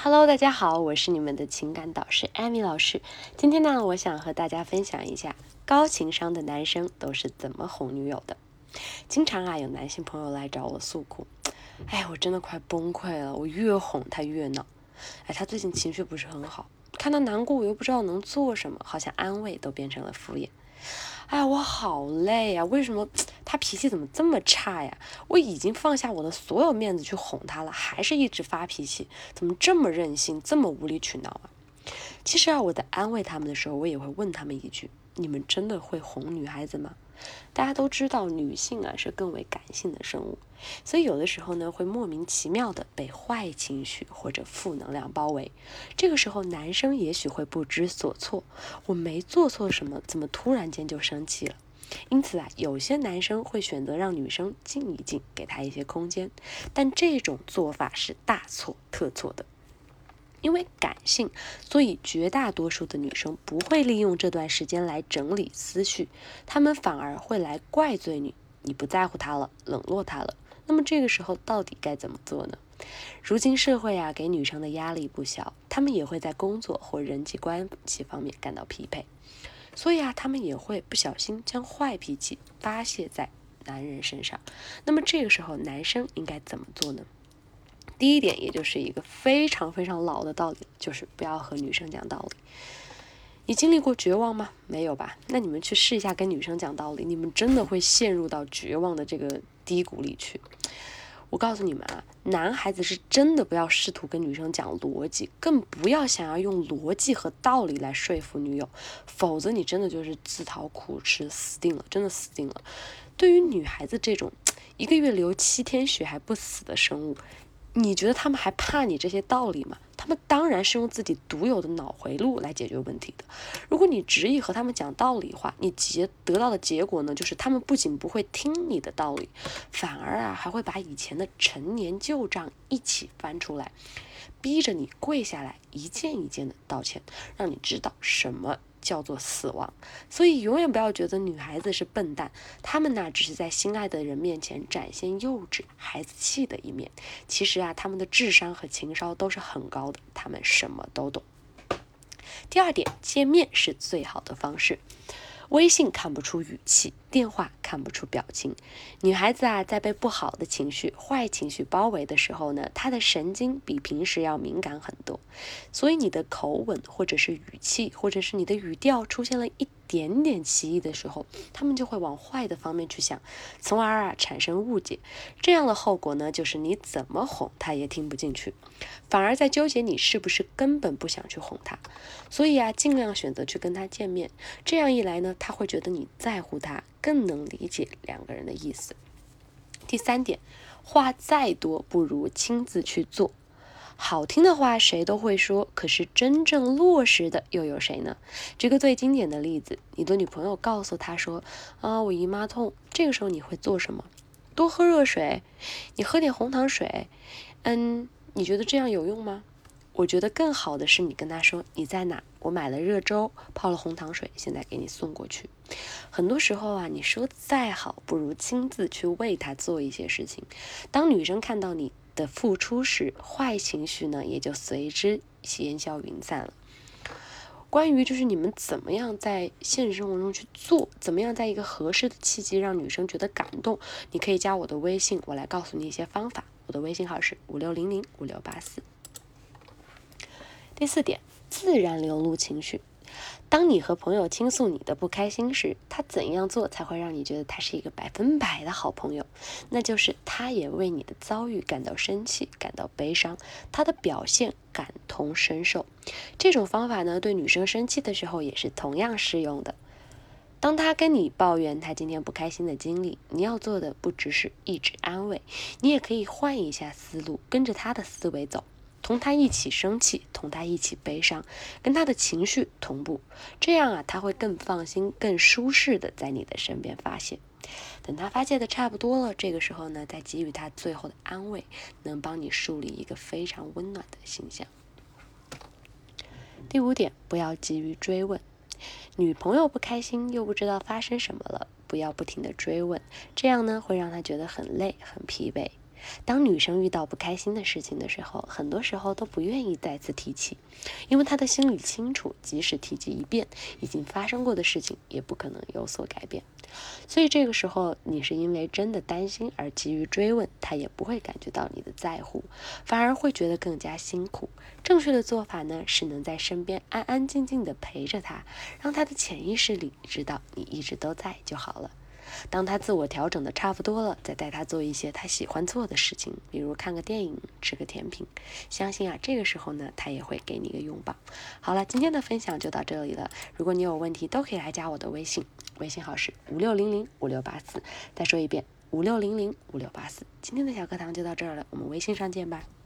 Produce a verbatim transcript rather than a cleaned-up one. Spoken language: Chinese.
Hello，大家好，我是你们的情感导师艾米老师。今天呢，我想和大家分享一下高情商的男生都是怎么哄女友的。经常啊，有男性朋友来找我诉苦，哎，我真的快崩溃了，我越哄他越恼。哎，他最近情绪不是很好，看他难过，我又不知道能做什么，好像安慰都变成了敷衍。哎，我好累啊！为什么他脾气怎么这么差呀？我已经放下我的所有面子去哄他了，还是一直发脾气，怎么这么任性，这么无理取闹啊？其实啊，我在安慰他们的时候，我也会问他们一句：你们真的会哄女孩子吗？大家都知道，女性啊是更为感性的生物，所以有的时候呢，会莫名其妙的被坏情绪或者负能量包围。这个时候，男生也许会不知所措，我没做错什么，怎么突然间就生气了？因此啊，有些男生会选择让女生静一静，给她一些空间，但这种做法是大错特错的。因为感性，所以绝大多数的女生不会利用这段时间来整理思绪，她们反而会来怪罪你，你不在乎她了，冷落她了。那么这个时候到底该怎么做呢？如今社会啊，给女生的压力不小，她们也会在工作或人际关系方面感到疲惫，所以啊，她们也会不小心将坏脾气发泄在男人身上。那么这个时候，男生应该怎么做呢？第一点，也就是一个非常非常老的道理，就是不要和女生讲道理。你经历过绝望吗？没有吧？那你们去试一下跟女生讲道理，你们真的会陷入到绝望的这个低谷里去。我告诉你们啊，男孩子是真的不要试图跟女生讲逻辑，更不要想要用逻辑和道理来说服女友，否则你真的就是自讨苦吃，死定了，真的死定了。对于女孩子这种一个月流七天血还不死的生物，你觉得他们还怕你这些道理吗？他们当然是用自己独有的脑回路来解决问题的。如果你执意和他们讲道理的话，你结得到的结果呢，就是他们不仅不会听你的道理，反而啊还会把以前的陈年旧账一起翻出来，逼着你跪下来一件一件的道歉，让你知道什么叫做死亡。所以永远不要觉得女孩子是笨蛋，她们呢只是在心爱的人面前展现幼稚孩子气的一面，其实啊她们的智商和情商都是很高的，她们什么都懂。第二点，见面是最好的方式。微信看不出语气，电话看不出表情。女孩子啊，在被不好的情绪、坏情绪包围的时候呢，她的神经比平时要敏感很多。所以你的口吻，或者是语气，或者是你的语调出现了一点点歧义的时候，他们就会往坏的方面去想，从而啊产生误解。这样的后果呢，就是你怎么哄他也听不进去，反而在纠结你是不是根本不想去哄他。所以啊，尽量选择去跟他见面，这样一来呢，他会觉得你在乎他，更能理解两个人的意思。第三点，话再多不如亲自去做。好听的话谁都会说，可是真正落实的又有谁呢？举个最经典的例子，你的女朋友告诉他说啊，我姨妈痛，这个时候你会做什么？多喝热水，你喝点红糖水。嗯，你觉得这样有用吗？我觉得更好的是你跟他说你在哪，我买了热粥，泡了红糖水，现在给你送过去。很多时候啊，你说再好，不如亲自去为他做一些事情。当女生看到你的付出时，坏情绪呢也就随之烟消云散了。关于就是你们怎么样在现实生活中去做，怎么样在一个合适的契机让女生觉得感动，你可以加我的微信，我来告诉你一些方法。我的微信号是五六零零五六八四。第四点，自然流露情绪。当你和朋友倾诉你的不开心时，他怎样做才会让你觉得他是一个百分百的好朋友？那就是他也为你的遭遇感到生气，感到悲伤，他的表现感同身受。这种方法呢，对女生生气的时候也是同样适用的。当他跟你抱怨他今天不开心的经历，你要做的不只是一直安慰，你也可以换一下思路，跟着他的思维走，同他一起生气，同他一起悲伤，跟他的情绪同步，这样啊，他会更放心、更舒适的在你的身边发泄。等他发泄的差不多了，这个时候呢，再给予他最后的安慰，能帮你树立一个非常温暖的形象。第五点，不要急于追问。女朋友不开心又不知道发生什么了，不要不停的追问，这样呢会让她觉得很累很疲惫。 当女生遇到不开心的事情的时候，很多时候都不愿意再次提起，因为她的心里清楚，即使提及一遍，已经发生过的事情也不可能有所改变。所以这个时候，你是因为真的担心而急于追问，她也不会感觉到你的在乎，反而会觉得更加辛苦。正确的做法呢，是能在身边安安静静的陪着她，让她的潜意识里知道你一直都在就好了。当他自我调整的差不多了，再带他做一些他喜欢做的事情，比如看个电影，吃个甜品。相信啊，这个时候呢，他也会给你一个拥抱。好了，今天的分享就到这里了。如果你有问题，都可以来加我的微信，微信号是五六零零五六八四。再说一遍，五六零零五六八四。今天的小课堂就到这儿了，我们微信上见吧。